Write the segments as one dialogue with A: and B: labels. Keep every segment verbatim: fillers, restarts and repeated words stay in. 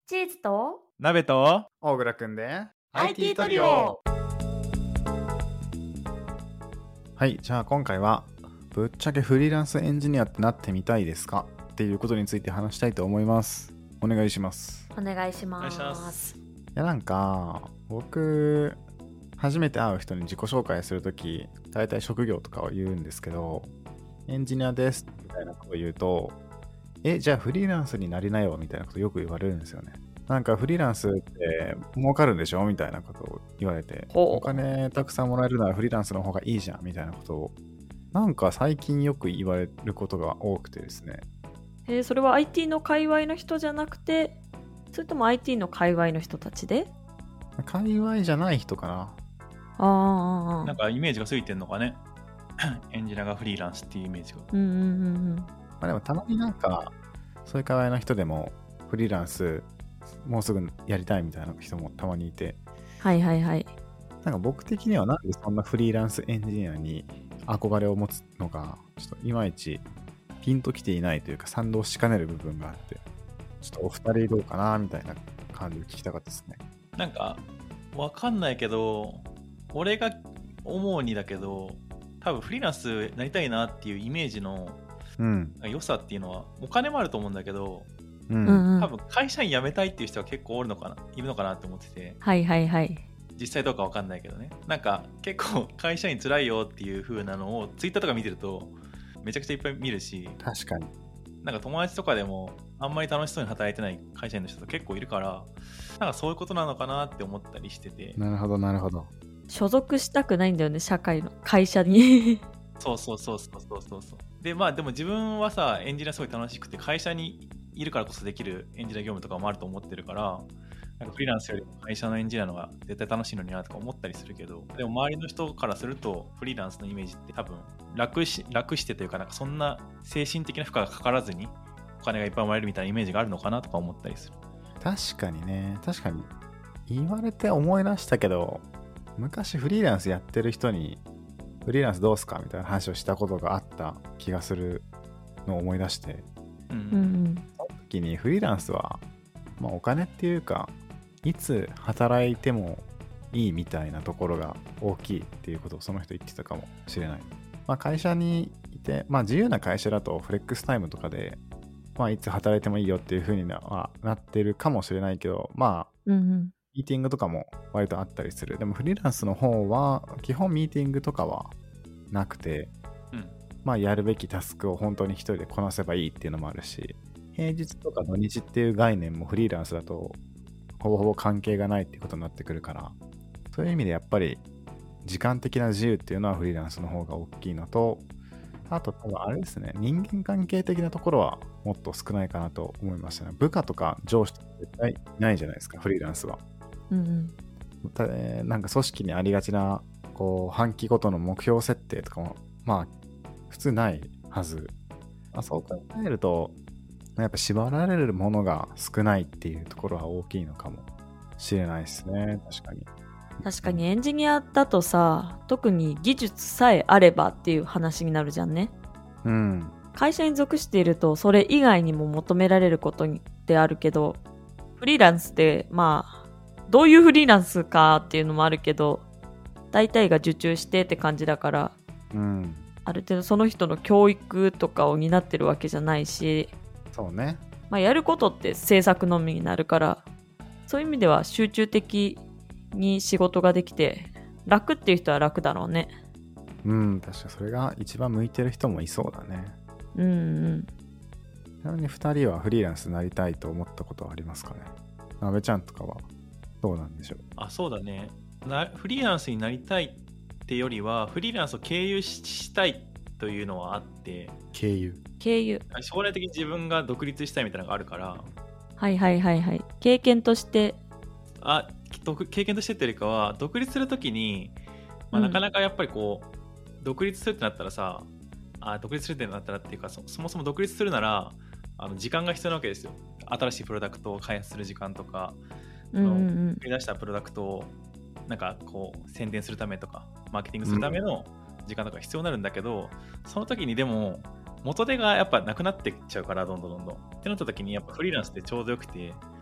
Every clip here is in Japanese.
A: チーズと
B: 鍋と
C: 大倉くんで
A: アイティー トリオ。
C: はい、じゃあ今回はぶっちゃけフリーランスエンジニアってなってみたいですかっていうことについて話したいと思います。お願いします。
A: お願いします。
B: お願いします
C: いやなんか僕初めて会う人に自己紹介するとき大体職業とかを言うんですけど、エンジニアですみたいなことを言うと、えじゃあフリーランスになりなよみたいなことよく言われるんですよね。なんかフリーランスって儲かるんでしょみたいなことを言われて、
A: ほう
C: お金たくさんもらえるならフリーランスの方がいいじゃんみたいなことをなんか最近よく言われることが多くてですね。
A: えー、それは アイティー の界隈の人じゃなくて、それとも アイティー の界隈の人たちで？
C: 界隈じゃない人かな。
A: ああ、
B: なんかイメージがついてんのかねエンジニアがフリーランスっていうイメージが。
A: うんうんうんうん。
C: まあ、でもたまになんかそういう界隈の人でもフリーランスもうすぐやりたいみたいな人もたまにいて、
A: はいはいはい。
C: なんか僕的にはなんでそんなフリーランスエンジニアに憧れを持つのかちょっといまいちピンときていないというか賛同しかねる部分があって、ちょっとお二人どうかなみたいな感じで聞きたかったですね。
B: なんかわかんないけど、俺が思うにだけど、多分フリーランスなりたいなっていうイメージの
C: うん
B: 良さっていうのはお金もあると思うんだけど、
C: うん
A: うんうん。
B: 多分会社員辞めたいっていう人は結構おるのかないるのかなって思ってて、
A: はいはいはい。
B: 実際どうかわかんないけどね。なんか結構会社員辛いよっていう風なのをツイッターとか見てるとめちゃくちゃいっぱい見るし、
C: 確かに。
B: なんか友達とかでもあんまり楽しそうに働いてない会社員の人と結構いるから、なんかそういうことなのかなって思ったりしてて。
C: なるほどなるほど。
A: 所属したくないんだよね、社会の会社に。
B: そうそうそうそうそうそうそう。でまあでも自分はさ、エンジニアすごい楽しくて会社にいるからこそできるエンジニア業務とかもあると思ってるから、なんかフリーランスよりも会社のエンジニアの方が絶対楽しいのになとか思ったりするけど、でも周りの人からするとフリーランスのイメージって多分楽し楽してというか、なんかそんな精神的な負荷がかからずにお金がいっぱいもらえるみたいなイメージがあるのかなとか思ったりする。
C: 確かにね、確かに言われて思い出したけど、昔フリーランスやってる人にフリーランスどうすかみたいな話をしたことがあった気がするのを思い出して、
B: う
A: うんうんん。
C: その時にフリーランスは、まあ、お金っていうかいつ働いてもいいみたいなところが大きいっていうことをその人言ってたかもしれない。まあ、会社にいて、まあ、自由な会社だとフレックスタイムとかで、まあ、いつ働いてもいいよっていう風にはなってるかもしれないけど、まあ
A: うんうん。
C: ミーティングとかも割とあったりする。でもフリーランスの方は基本ミーティングとかはなくて、
B: うん
C: まあやるべきタスクを本当に一人でこなせばいいっていうのもあるし、平日とか土日っていう概念もフリーランスだとほぼほぼ関係がないっていうことになってくるから、そういう意味でやっぱり時間的な自由っていうのはフリーランスの方が大きいのと、あと多分あれですね、人間関係的なところはもっと少ないかなと思いましたね。部下とか上司とか絶対いないじゃないですか、フリーランスは。
A: うんうん。
C: たなんか組織にありがちなこう半期ごとの目標設定とかもまあ普通ないはず。まあ、そう考えるとやっぱ縛られるものが少ないっていうところは大きいのかもしれないですね。確かに。
A: 確かにエンジニアだとさ、特に技術さえあればっていう話になるじゃんね。
C: うん。
A: 会社に属しているとそれ以外にも求められることってあるけど、フリーランスってまあどういうフリーランスかっていうのもあるけど、大体が受注してって感じだから、
C: うん。
A: ある程度その人の教育とかを担ってるわけじゃないし、
C: そうね。
A: まあ、やることって制作のみになるから、そういう意味では集中的に仕事ができて楽っていう人は楽だろうね。
C: うん。確かそれが一番向いてる人もいそうだね。
A: うんうん。
C: ちなみにふたりはフリーランスになりたいと思ったことはありますかね。なべちゃんとかはどうなんでしょう。
B: あ、そうだね。なフリーランスになりたいってよりはフリーランスを経由 し, したいというのはあって、
C: 経由。
A: 経由。
B: 将来的に自分が独立したいみたいなのがあるから、
A: はいはいはいはい。経験として。
B: あ、経験としてっていうよりかは独立するときに、まあ、なかなかやっぱりこう、うん、独立するってなったらさ、あ独立するってなったらっていうか そ, そもそも独立するならあの時間が必要なわけですよ。新しいプロダクトを開発する時間とか、
A: うんうんうん、
B: 生み出したプロダクトをなんかこう宣伝するためとかマーケティングするための時間とか必要になるんだけど、うん、その時にでも元手がやっぱなくなっていっちゃうから、どんどんどんどんってなった時にやっぱフリーランスってちょうどよくて、自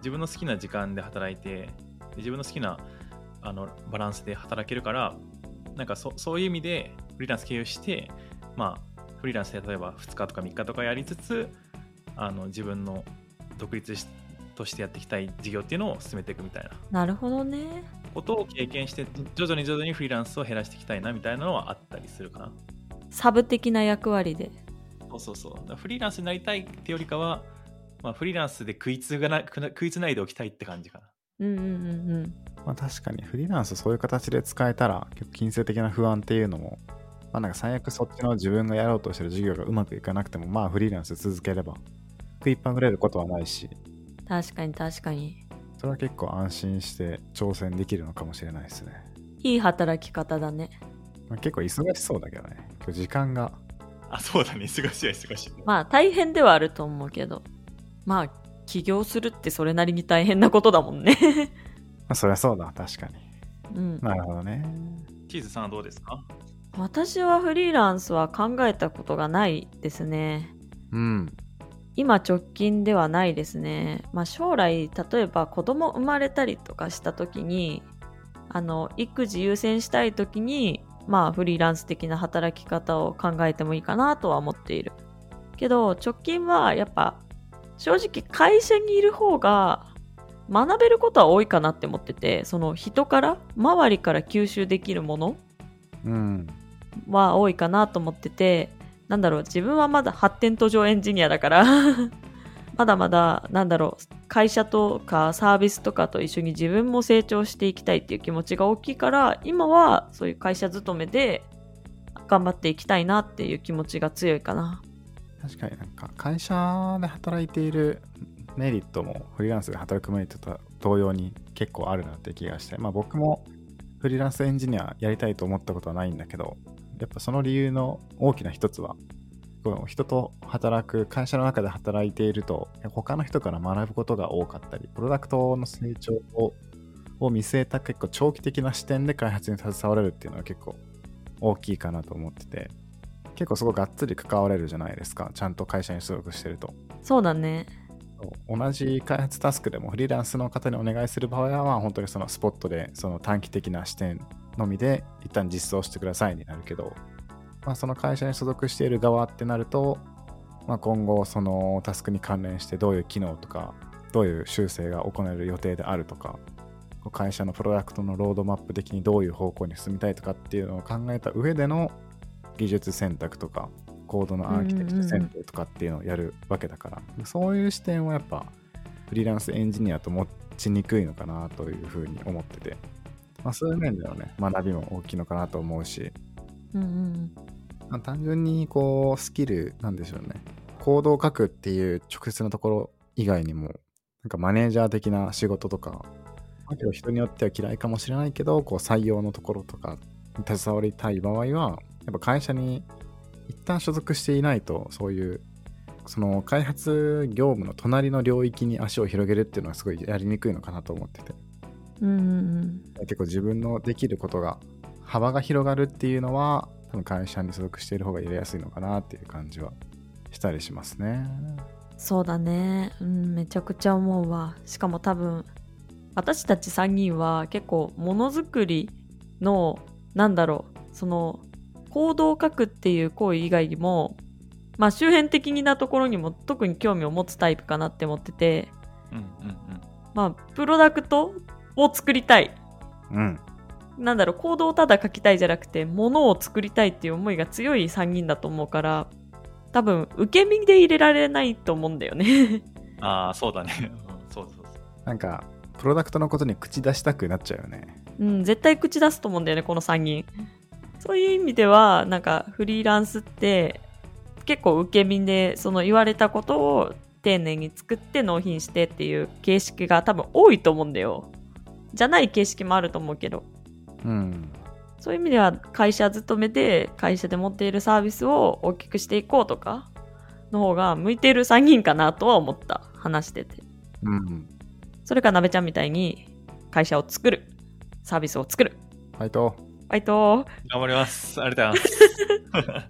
B: 自分の好きな時間で働いて、で自分の好きなあのバランスで働けるから、なんか そ, そういう意味でフリーランス経由して、まあ、フリーランスで例えばふつかとかみっかとかやりつつ、あの自分の独立しとしてやっていきたい事業っていうのを進めていくみたいな
A: なるほどね。
B: ことを経験して、徐々に徐々にフリーランスを減らしていきたいなみたいなのはあったりするかな。
A: サブ的な役割で。
B: そうそうそう。だからフリーランスになりたいってよりかは、まあ、フリーランスで食いつがな食いつないでおきたいって感じかな。
A: うんうんうんうん。
C: まあ確かにフリーランスそういう形で使えたら結構金銭的な不安っていうのも、まあなんか最悪そっちの自分がやろうとしてる事業がうまくいかなくても、まあフリーランス続ければ食いっぱぐれることはないし、
A: 確かに確かに。
C: それは結構安心して挑戦できるのかもしれないですね。
A: いい働き方だね。
C: まあ、結構忙しそうだけどね。今日時間が。
B: あ、そうだね。忙しいは忙しい。
A: まあ大変ではあると思うけど、まあ起業するってそれなりに大変なことだもんね。
C: まあそりゃそうだ、確かに。
A: うん。
C: なるほどね。
B: チーズさんはどうですか？
A: 私はフリーランスは考えたことがないですね。
C: うん。
A: 今直近ではないですね。まあ将来例えば子供生まれたりとかした時に、あの育児優先したい時に、まあフリーランス的な働き方を考えてもいいかなとは思っている。けど直近はやっぱ正直会社にいる方が学べることは多いかなって思ってて、その人から周りから吸収できるもの
C: うん
A: は多いかなと思ってて、なんだろう、自分はまだ発展途上エンジニアだからまだまだなんだろう、会社とかサービスとかと一緒に自分も成長していきたいっていう気持ちが大きいから、今はそういう会社勤めで頑張っていきたいなっていう気持ちが強いかな。
C: 確かになんか会社で働いているメリットもフリーランスで働くメリットと同様に結構あるなって気がして、まあ僕もフリーランスエンジニアやりたいと思ったことはないんだけど、やっぱその理由の大きな一つは、この人と働く会社の中で働いていると他の人から学ぶことが多かったり、プロダクトの成長をを見据えた結構長期的な視点で開発に携われるっていうのは結構大きいかなと思ってて、結構すごいがっつり関われるじゃないですか、ちゃんと会社に所属してると。
A: そうだね。
C: 同じ開発タスクでもフリーランスの方にお願いする場合は、まあ本当にそのスポットでその短期的な視点のみで一旦実装してくださいになるけど、まあ、その会社に所属している側ってなると、まあ、今後そのタスクに関連してどういう機能とかどういう修正が行われる予定であるとか、会社のプロダクトのロードマップ的にどういう方向に進みたいとかっていうのを考えた上での技術選択とかコードのアーキテクチャ選定とかっていうのをやるわけだから、うんうん、そういう視点はやっぱフリーランスエンジニアと持ちにくいのかなというふうに思ってて、まあ、そういう面でのね学びも大きいのかなと思うし、
A: うんうん
C: まあ、単純にこうスキルなんでしょうね、コードを書くっていう直接のところ以外にもなんかマネージャー的な仕事とか、だけど人によっては嫌いかもしれないけどこう採用のところとかに携わりたい場合はやっぱ会社に一旦所属していないと、そういうその開発業務の隣の領域に足を広げるっていうのはすごいやりにくいのかなと思ってて、
A: うんうんうん、
C: 結構自分のできることが幅が広がるっていうのは多分会社に所属している方がやりやすいのかなっていう感じはしたりしますね。
A: そうだね、うん、めちゃくちゃ思うわ。しかも多分私たちさんにんは結構ものづくりのなんだろう、そのコードを書くっていう行為以外にも、まあ周辺的なところにも特に興味を持つタイプかなって思ってて、
B: うんうんうん、
A: まあプロダクトを作りたい、
C: うん、
A: なんだろう、コードをただ書きたいじゃなくて物を作りたいっていう思いが強いさんにんだと思うから、多分受け身で入れられないと思うんだよね
B: ああそうだねそうそうそう、
C: なんかプロダクトのことに口出したくなっちゃうよね。
A: うん、絶対口出すと思うんだよねこのさんにん。そういう意味ではなんかフリーランスって結構受け身でその言われたことを丁寧に作って納品してっていう形式が多分多いと思うんだよ。じゃない形式もあると思うけど、
C: うん、
A: そういう意味では会社勤めで会社で持っているサービスを大きくしていこうとかの方が向いているさんにんかなとは思った、話してて。
C: うん、
A: それかなべちゃんみたいに会社を作る、サービスを作る。
C: ファイト
A: ファイト
B: 頑張ります。ありがとうございます。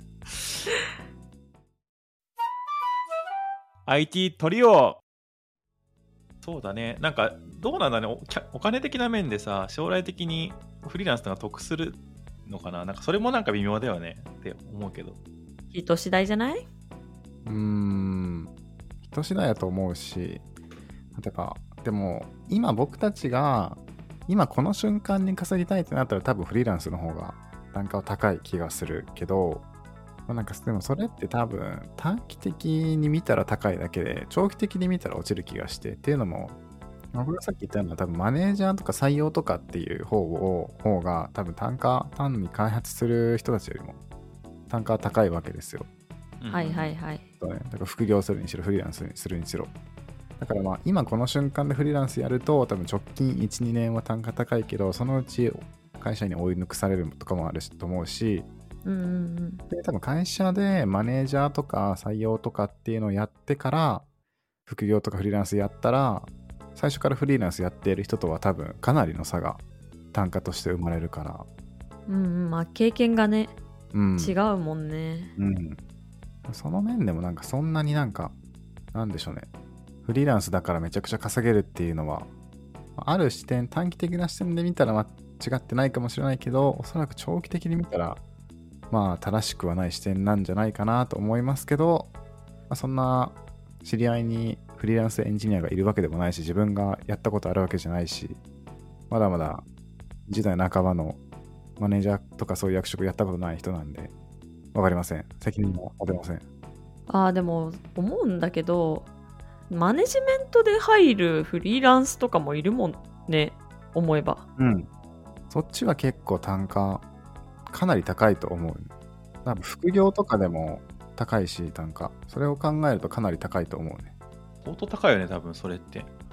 B: アイティー トリオ。 そうだね。なんかどうなんだね、お、きゃお金的な面でさ、将来的にフリーランスのが得するのかな。なんかそれもなんか微妙だよねって思うけど。
A: 人次第じゃない？
C: うーん、人次第だと思うし、だから、でも、今僕たちが、今この瞬間に稼ぎたいってなったら多分フリーランスの方が単価は高い気がするけど、まあ、なんかでもそれって多分短期的に見たら高いだけで、長期的に見たら落ちる気がして、っていうのも、僕がさっき言ったのは多分マネージャーとか採用とかっていう方を方が多分単価単に開発する人たちよりも単価は高いわけですよ。
B: うん
A: はいはいはい。
C: そうね、だから副業するにしろフリーランスにするにしろ。だからまあ今この瞬間でフリーランスやると多分直近いち、にねんは単価高いけど、そのうち会社に追い抜くされるとかもあると思うし、
A: うんうんうん。
C: で多分会社でマネージャーとか採用とかっていうのをやってから副業とかフリーランスやったら、最初からフリーランスやっている人とは多分かなりの差が単価として生まれるから、
A: うんうん、まあ経験がね、
C: うん、
A: 違うもんね。
C: うん、その面でもなんかそんなになんかなんでしょうね、フリーランスだからめちゃくちゃ稼げるっていうのはある視点、短期的な視点で見たら間違ってないかもしれないけど、おそらく長期的に見たらまあ正しくはない視点なんじゃないかなと思いますけど、まあ、そんな知り合いにフリーランスエンジニアがいるわけでもないし、自分がやったことあるわけじゃないし、まだまだ時代半ばのマネージャーとかそういう役職やったことない人なんでわかりません。責任も持てません。
A: ああ、でも思うんだけど、マネジメントで入るフリーランスとかもいるもんね、思えば。
C: うん。そっちは結構単価かなり高いと思う。多分副業とかでも高いし単価。それを考えるとかなり高いと思うね。
B: 相当高いよね、多分それって。
C: うん。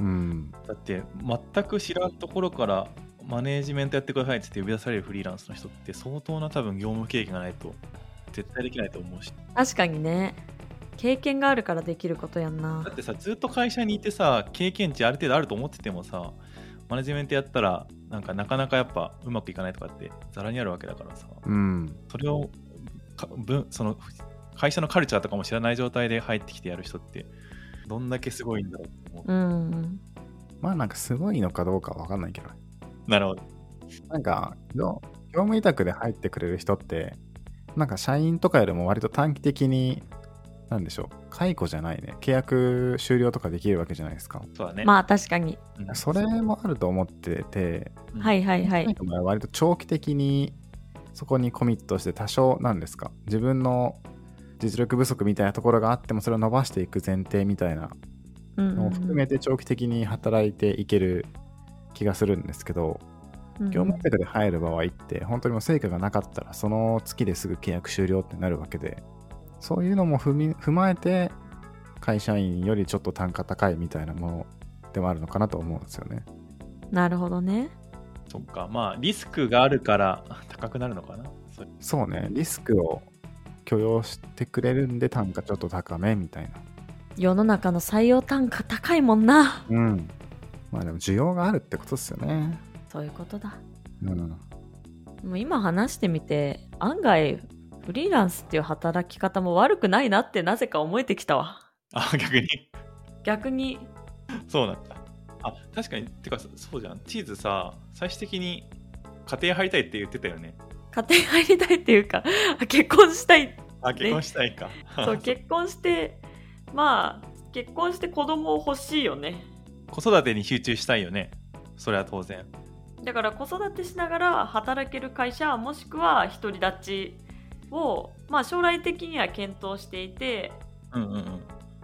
B: だって全く知らんところからマネージメントやってくださいって呼び出されるフリーランスの人って相当な多分業務経験がないと絶対できないと思うし。
A: 確かにね。経験があるからできることやんな。
B: だってさ、ずっと会社にいてさ、経験値ある程度あると思っててもさ、マネジメントやったらなんかなかなかやっぱうまくいかないとかってざらにあるわけだからさ、
C: うん。
B: それをか分その会社のカルチャーとかも知らない状態で入ってきてやる人ってどんだけすごいんだろうと思う。
A: うん。
C: まあなんかすごいのかどうかは分かんないけどね。
B: なるほど。
C: なんか業業務委託で入ってくれる人ってなんか社員とかよりも割と短期的になんでしょう、解雇じゃないね、契約終了とかできるわけじゃないですか。
B: そうだね。
A: まあ確かに。
B: うん、
C: それもあると思ってて、
B: うん
A: はいはいはい。
C: 割と長期的にそこにコミットして多少なんですか、自分の実力不足みたいなところがあってもそれを伸ばしていく前提みたいなのを含めて長期的に働いていける気がするんですけど、
A: うんうん、
C: 業務委託で入る場合って本当にもう成果がなかったらその月ですぐ契約終了ってなるわけで、そういうのも踏み踏まえて会社員よりちょっと単価高いみたいなものでもあるのかなと思うんですよね。
A: なるほどね。
B: そっか、まあリスクがあるから高くなるのかな。
C: そ, そうね、リスクを許容してくれるんで単価ちょっと高めみたいな。
A: 世の中の採用単価高いもんな。
C: うん。まあでも需要があるってことですよね。
A: そういうことだ。
C: うん。
A: もう今話してみて案外フリーランスっていう働き方も悪くないなってなぜか思えてきたわ。
B: あ、逆に
A: 逆に。
B: そうなんだ。あ、確かに。てかそうじゃん。チーズさ、最終的に家庭入りたいって言ってたよね。
A: 家庭入りたいっていうか結婚したい、ね、
B: あ、結婚したいか。
A: そう結婚してまあ結婚して子供欲しいよね。
B: 子育てに集中したいよね。それは当然。
A: だから子育てしながら働ける会社もしくは独り立ちを、まあ、将来的には検討していて、
B: うんうんうん、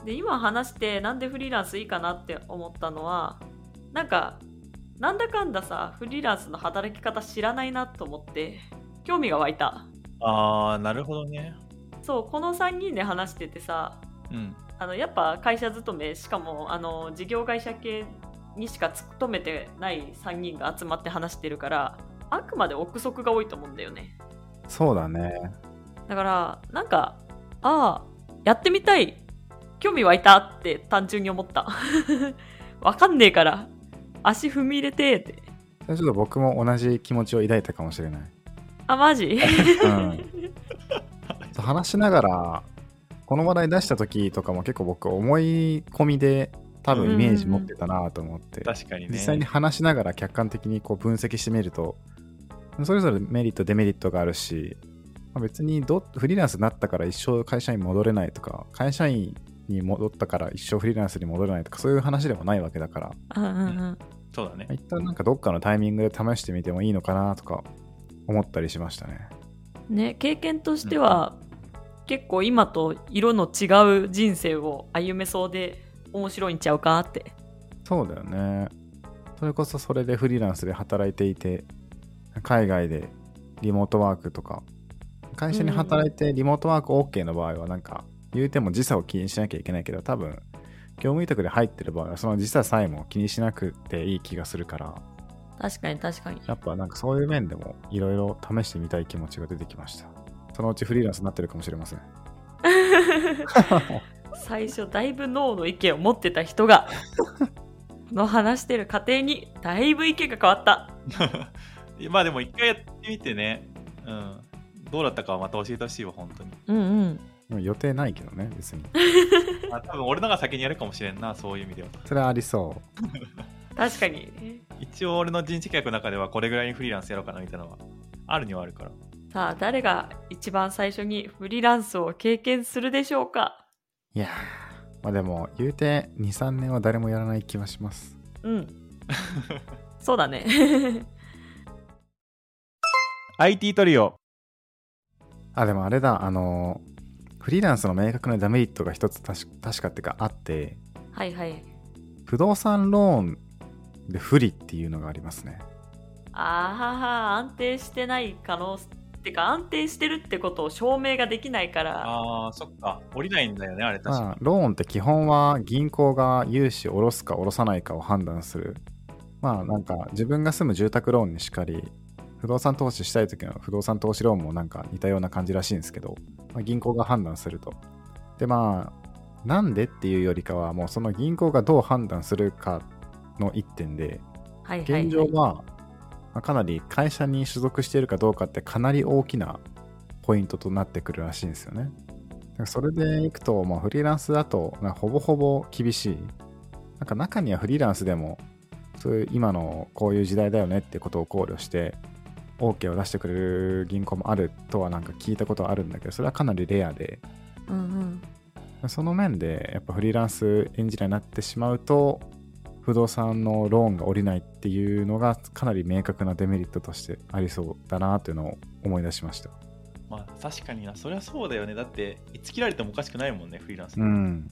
A: で今話してなんでフリーランスいいかなって思ったのは、なんかなんだかんださフリーランスの働き方知らないなと思って興味が湧いた。
B: あー、なるほどね。
A: そうこのさんにんで話しててさ、
B: うん、
A: あのやっぱ会社勤めしかもあの事業会社系にしか勤めてないさんにんが集まって話してるから、あくまで憶測が多いと思うんだよね。
C: そうだね。
A: だからなんかああやってみたい、興味湧いたって単純に思った。わかんねえから足踏み入れてって。
C: ちょっと僕も同じ気持ちを抱いたかもしれない。
A: あ、マジ？
C: うん、話しながらこの話題出した時とかも結構僕思い込みで多分イメージ持ってたなと思って、
B: 確かにね。
C: 実際に話しながら客観的にこう分析してみると、それぞれメリットデメリットがあるし、まあ、別にどフリーランスになったから一生会社に戻れないとか、会社員に戻ったから一生フリーランスに戻れないとか、そういう話でもないわけだから、
A: うんうんうん、
B: そうだね。
C: 一旦なんかどっかのタイミングで試してみてもいいのかなとか思ったりしましたね。
A: ね、経験としては、うん、結構今と色の違う人生を歩めそうで面白いんちゃうかって。
C: そうだよね。それこそそれでフリーランスで働いていて、海外でリモートワークとか、会社に働いてリモートワーク OK の場合はなんか言うても時差を気にしなきゃいけないけど、多分業務委託で入ってる場合はその時差さえも気にしなくていい気がするから、
A: 確かに確かに、
C: やっぱなんかそういう面でもいろいろ試してみたい気持ちが出てきました。そのうちフリーランスになってるかもしれません。
A: 最初だいぶノーの意見を持ってた人がこの話してる過程にだいぶ意見が変わった
B: まあでも一回やってみてね、うん、どうだったかはまた教えてほしいわ、本当に。
A: うんうん
C: でも予定ないけどね、別に。
B: あ、多分俺のが先にやるかもしれんな、そういう意味では。
C: それはありそう。
A: 確かに。
B: 一応俺の人事契約の中ではこれぐらいにフリーランスやろうかなみたいなのはあるにはあるから。
A: さあ、誰が一番最初にフリーランスを経験するでしょうか。
C: いやー、まあでも言うてにさんねんは誰もやらない気はします。
A: うんそうだね
B: アイティー トリオ。
C: あ、でもあれだ、あのフリーランスの明確なデメリットが一つ確かっていうかあって、
A: はいはい、
C: 不動産ローンで不利っていうのがありますね。
A: あはは、安定してない可能性ってか、安定してるってことを証明ができないから。
B: ああ、そっか、降りないんだよね、あれ確かに。
C: まあ、ローンって基本は銀行が融資を下ろすか下ろさないかを判断する。まあなんか自分が住む住宅ローンにしかり、不動産投資したい時の不動産投資ローンもなんか似たような感じらしいんですけど、まあ、銀行が判断すると。でまあなんでっていうよりかは、もうその銀行がどう判断するかの一点で、
A: はいはいはい、
C: 現状は、まあ、かなり会社に所属しているかどうかってかなり大きなポイントとなってくるらしいんですよね。だからそれでいくと、まあ、フリーランスだとなんかほぼほぼ厳しい。なんか中にはフリーランスでもそういう今のこういう時代だよねってことを考慮して OK を出してくれる銀行もあるとはなんか聞いたことはあるんだけど、それはかなりレアで、
A: うんうん、
C: その面でやっぱフリーランスエンジニアになってしまうと不動産のローンが下りないっていうのがかなり明確なデメリットとしてありそうだなというのを思い出しました。
B: まあ確かにな、それはそうだよね。だっていつ切られてもおかしくないもんね、フリーランス。
C: うん。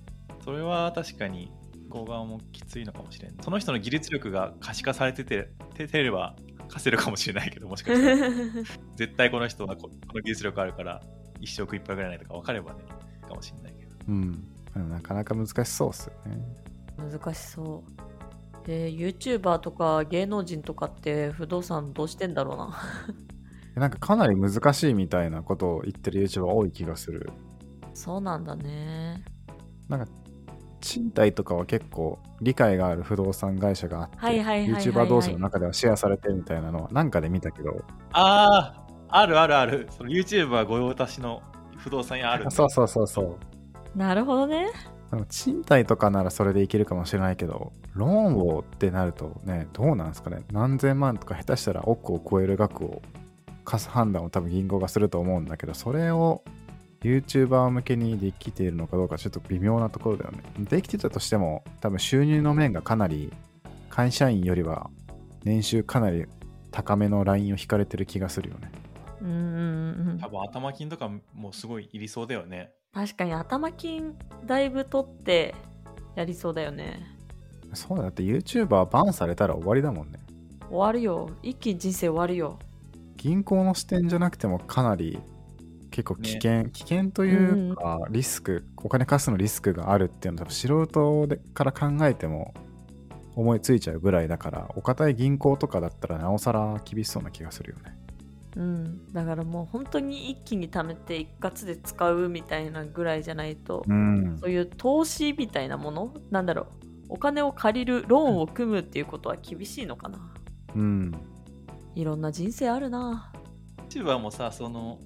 B: それは確かに銀行側もきついのかもしれん。その人の技術力が可視化されてて、ててれば貸せるかもしれないけど、もしかしたら絶対この人はこの技術力あるから一生食いっぱぐらいないとか分かればね、かもしれないけど。
C: うん。なかなか難しそうっすよね。
A: 難しそう。で、YouTuber とか芸能人とかって不動産どうしてんだろうな
C: なんかかなり難しいみたいなことを言ってる YouTuber 多い気がする。
A: そうなんだね。
C: なんか賃貸とかは結構理解がある不動産会社があって、
A: はいはいはいはいはい、
C: YouTuber 同士の中ではシェアされてるみたいなのはなんかで見たけど。
B: ああ、あるあるある。その YouTuber 御用達の不動産屋あるんだ。
C: そうそうそうそう。
A: なるほどね。
C: でも賃貸とかならそれでいけるかもしれないけど、ローンをってなるとね、どうなんですかね。何千万とか下手したら億を超える額を貸す判断を多分銀行がすると思うんだけど、それを YouTuber 向けにできているのかどうかちょっと微妙なところだよね。できてたとしても多分収入の面がかなり会社員よりは年収かなり高めのラインを引かれてる気がするよね。
A: うーん、
B: 多分頭金とかもすごいいりそうだよね。
A: 確かに頭金だいぶ取ってやりそうだよね。
C: そうだって YouTuber バンされたら終わりだもんね。
A: 終わるよ。一気に人生終わるよ。
C: 銀行の視点じゃなくてもかなり結構危険、ね、危険というかリスク、うん、お金貸すのリスクがあるっていうのは多分素人でから考えても思いついちゃうぐらいだから、お堅い銀行とかだったらなおさら厳しそうな気がするよね。
A: うん、だからもう本当に一気に貯めて一括で使うみたいなぐらいじゃないと、うん、そういう投資みたいなものなんだろう、お金を借りるローンを組むっていうことは厳しいのかな。
C: うん、
A: いろんな人生あるな。
B: YouTuberもさ、その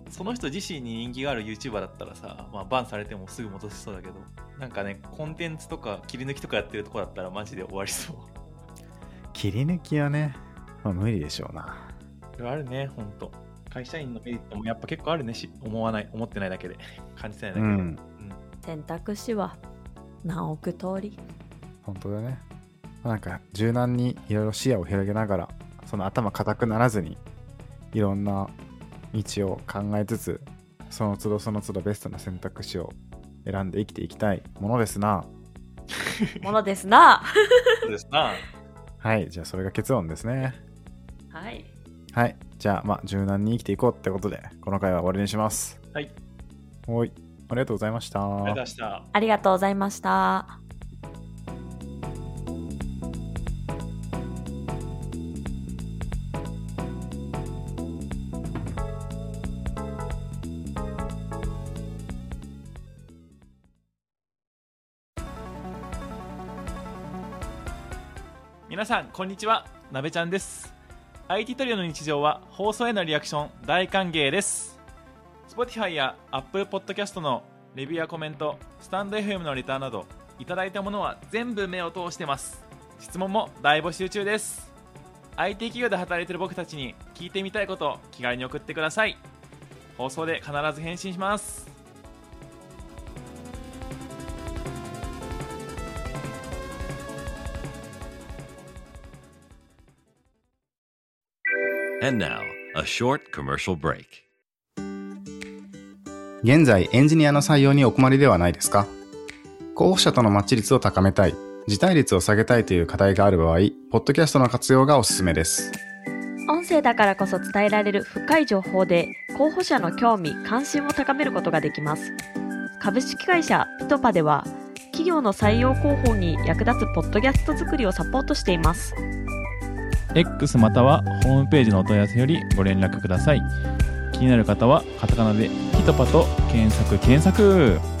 B: その人自身に人気がある YouTuber だったらさ、まあ、バンされてもすぐ戻しそうだけど、なんかね、コンテンツとか切り抜きとかやってるとこだったらマジで終わりそう。
C: 切り抜きはね、まあ、無理でしょうな。
B: それはあるね、ほんと。会社員のメリットもやっぱ結構あるねし、思わない、思ってないだけで、感じてないだけで。
C: うん。
B: うん、
A: 選択肢は何億通り。
C: 本当だね。なんか柔軟にいろいろ視野を広げながら、その頭固くならずにいろんな道を考えつつ、その都度その都度ベストな選択肢を選んで生きていきたいものですな。
A: ものですな。
B: そうですな。
C: はい、じゃあそれが結論ですね。
A: はい。
C: はい、じゃあまあ柔軟に生きていこうってことで、この回は終わりにします。
B: はい。
C: はい、ありがとうございました。
B: ありがとうございました。
A: ありがとうございました。
B: 皆さんこんにちは、なべちゃんです。 アイティー トリオの日常は放送へのリアクション大歓迎です。 Spotify や Apple Podcast のレビューやコメント、スタンド エフエム のレターなどいただいたものは全部目を通してます。質問も大募集中です。 アイティー 企業で働いている僕たちに聞いてみたいことを気軽に送ってください。放送で必ず返信します。
D: And now, a short commercial break.
E: 現在エンジニアの採用にお困りではないですか？候補者とのマッチ率を高めたい、辞退率を下げたいという課題がある場合、ポッドキャストの活用がおすすめです。
A: 音声だからこそ伝えられる深い情報で候補者の興味・関心を高めることができます。株式会社ピトパでは企業の採用広報に役立つポッドキャスト作りをサポートしています。
B: X またはホームページのお問い合わせよりご連絡ください。気になる方はカタカナでピトパと検索検索。